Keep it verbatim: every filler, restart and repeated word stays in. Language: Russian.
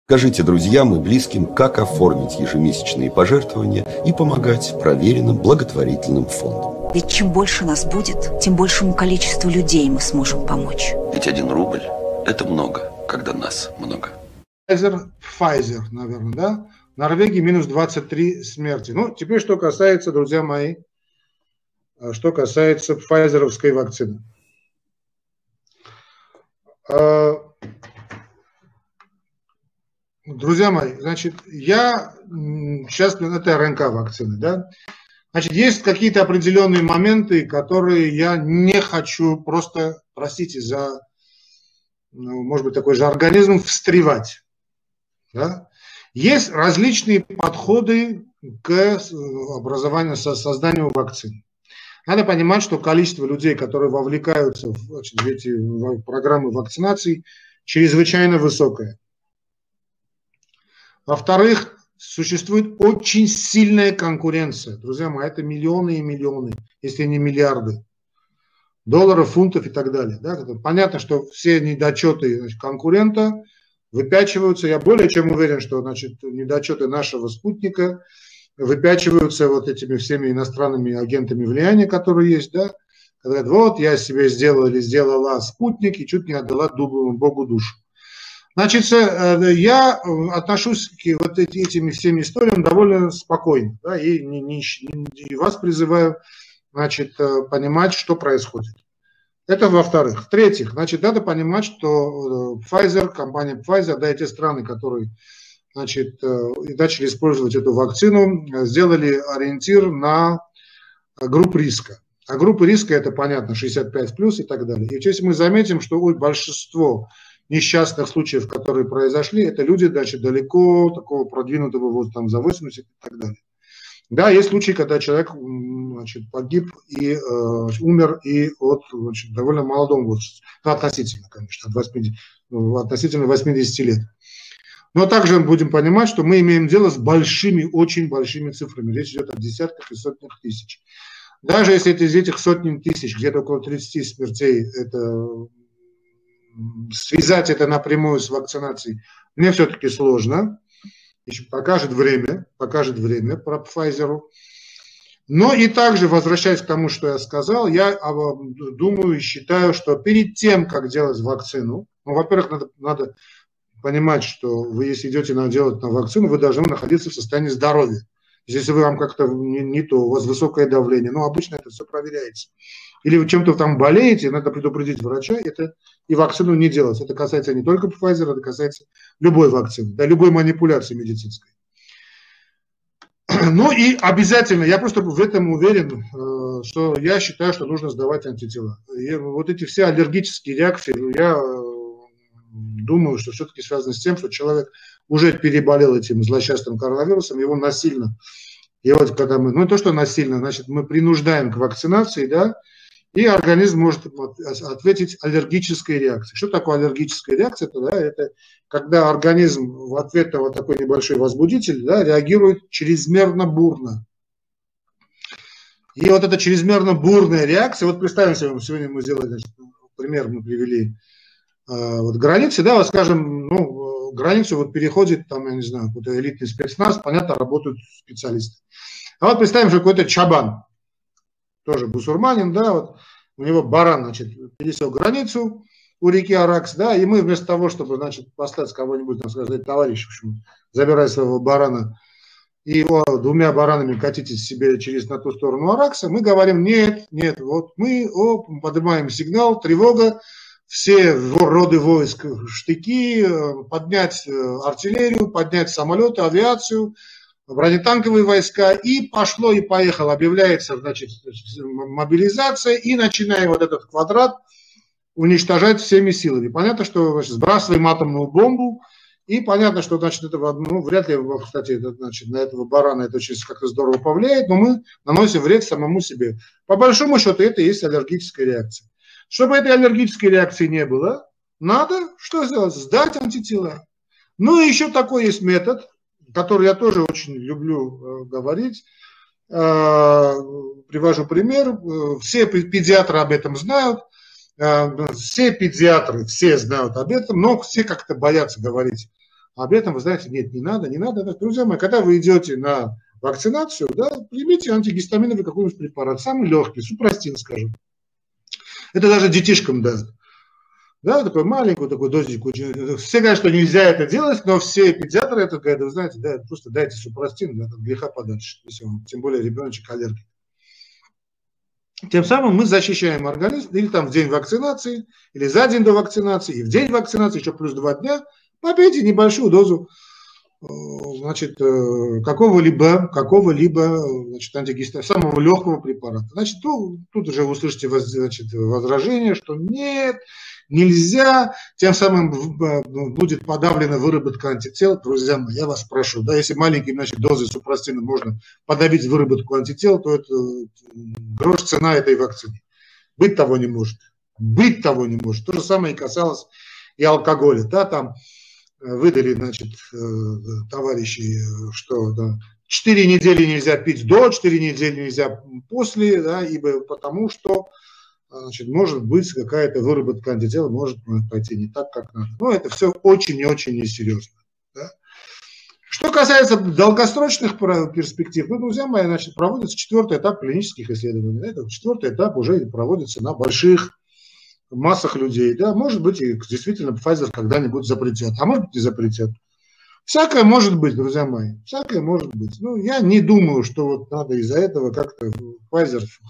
Скажите друзьям и близким, как оформить ежемесячные пожертвования и помогать проверенным благотворительным фондам. Ведь чем больше нас будет, тем большему количеству людей мы сможем помочь. Ведь один рубль – это много, когда нас много. Pfizer, Pfizer, наверное, да? В Норвегии минус двадцать три смерти. Ну, теперь, что касается, друзья мои, что касается пфайзеровской вакцины. Друзья мои, значит, я сейчас, это РНК вакцины, да? Значит, есть какие-то определенные моменты, которые я не хочу просто, простите за, ну, может быть, такой же организм, встревать. Да? Есть различные подходы к образованию, созданию вакцин. Надо понимать, что количество людей, которые вовлекаются в, значит, в эти в программы вакцинации, чрезвычайно высокое. Во-вторых, существует очень сильная конкуренция. Друзья мои, это миллионы и миллионы, если не миллиарды долларов, фунтов и так далее. Да? Понятно, что все недочеты, значит, конкурента выпячиваются. Я более чем уверен, что, значит, недочеты нашего спутника выпячиваются вот этими всеми иностранными агентами влияния, которые есть. Да? Когда говорят, вот я себе сделал или сделала спутник и чуть не отдала Богу душу. Значит, я отношусь к вот этим всем историям довольно спокойно, да, и, не, не, и вас призываю, значит, понимать, что происходит. Это во-вторых. В-третьих, значит, надо понимать, что Pfizer, компания Pfizer, да, эти страны, которые, значит, начали использовать эту вакцину, сделали ориентир на группу риска. А группа риска, это понятно, шестьдесят пять плюс и так далее. И если мы заметим, что большинство несчастных случаев, которые произошли, это люди, значит, далеко такого продвинутого вот там за восемьдесят и так далее. Да, есть случаи, когда человек, значит, погиб и э, умер и от, значит, довольно молодом возрасте, ну, относительно, конечно, от восьмидесяти, относительно восьмидесяти лет. Но также будем понимать, что мы имеем дело с большими, очень большими цифрами. Речь идет о десятках и сотнях тысяч. Даже если из этих сотен тысяч, где-то около тридцати смертей, это связать это напрямую с вакцинацией мне все-таки сложно. Еще покажет время, покажет время про Pfizer. Но и также, возвращаясь к тому, что я сказал, я думаю и считаю, что перед тем, как делать вакцину, ну, во-первых, надо, надо понимать, что вы, если идете на делать на вакцину, вы должны находиться в состоянии здоровья. Если вы вам как-то не, не то, у вас высокое давление, ну, обычно это все проверяется. Или вы чем-то там болеете, надо предупредить врача, это и вакцину не делать. Это касается не только Pfizer, это касается любой вакцины, да, любой манипуляции медицинской. Ну и обязательно, я просто в этом уверен, что я считаю, что нужно сдавать антитела. И вот эти все аллергические реакции, я думаю, что все-таки связано с тем, что человек уже переболел этим злосчастным коронавирусом, его насильно, и вот когда мы, ну не то, что насильно, значит, мы принуждаем к вакцинации, да, и организм может ответить аллергической реакцией. Что такое аллергическая реакция? Это, да, это когда организм в ответ на вот такой небольшой возбудитель, да, реагирует чрезмерно бурно. И вот эта чрезмерно бурная реакция, вот представим себе, сегодня мы сделали, значит, пример, мы привели э, вот границы, да, вот скажем, ну, границу вот переходит, там, я не знаю, какой-то элитный спецназ, понятно, работают специалисты. А вот представим, что какой-то чабан, тоже бусурманин, да, вот у него баран, значит, пересек границу у реки Аракс, да, и мы вместо того, чтобы, значит, послать кого-нибудь, там, сказать, товарищ, в общем, забирай своего барана и его двумя баранами катитесь себе через на ту сторону Аракса, мы говорим, нет, нет, вот мы о, поднимаем сигнал, тревога, все роды войск, штыки, поднять артиллерию, поднять самолеты, авиацию, бронетанковые войска, и пошло и поехало, объявляется, значит, мобилизация, и начинаем вот этот квадрат уничтожать всеми силами. Понятно, что, значит, сбрасываем атомную бомбу, и понятно, что, значит, это, ну, вряд ли, кстати, это, значит, на этого барана это очень как-то здорово повлияет, но мы наносим вред самому себе. По большому счету, это и есть аллергическая реакция. Чтобы этой аллергической реакции не было, надо что сделать? Сдать антитела. Ну и еще такой есть метод, который я тоже очень люблю э, говорить. Э, привожу пример. Э, все педиатры об этом знают. Э, все педиатры, все знают об этом, но все как-то боятся говорить А при этом вы знаете, нет, не надо, не надо. Друзья мои, когда вы идете на вакцинацию, да, примите антигистаминовый какой-нибудь препарат, самый легкий, супрастин, скажем. Это даже детишкам дают. Да, такой маленькую такую дозику. Все говорят, что нельзя это делать, но все педиатры это говорят, вы знаете, да, просто дайте супрастин, да, от греха подальше, если он, тем более ребеночек аллергик. Тем самым мы защищаем организм, или там в день вакцинации, или за день до вакцинации, и в день вакцинации, еще плюс два дня, попейте небольшую дозу, значит, какого-либо, какого-либо, значит, антигистамина, самого легкого препарата. Значит, то, тут уже вы услышите, значит, возражение, что нет, нельзя, тем самым будет подавлена выработка антител. Друзья мои, я вас прошу, да, если маленькие, значит, дозы супрастина можно подавить выработку антител, то это грош цена этой вакцины. Быть того не может. Быть того не может. То же самое и касалось и алкоголя. Да, там выдали, значит, товарищи, что да, четыре недели нельзя пить до, четыре недели нельзя после, да, ибо потому что, значит, может быть какая-то выработка антител, может пойти не так, как надо. Но это все очень и очень несерьезно. Да. Что касается долгосрочных перспектив, ну, друзья мои, значит, проводится четвертый этап клинических исследований. Да, это четвертый этап уже проводится на больших массах людей, да, может быть, и действительно Pfizer когда-нибудь запретят, а может быть, и запретят. Всякое может быть, друзья мои, всякое может быть. Ну, я не думаю, что вот надо из-за этого как-то Pfizer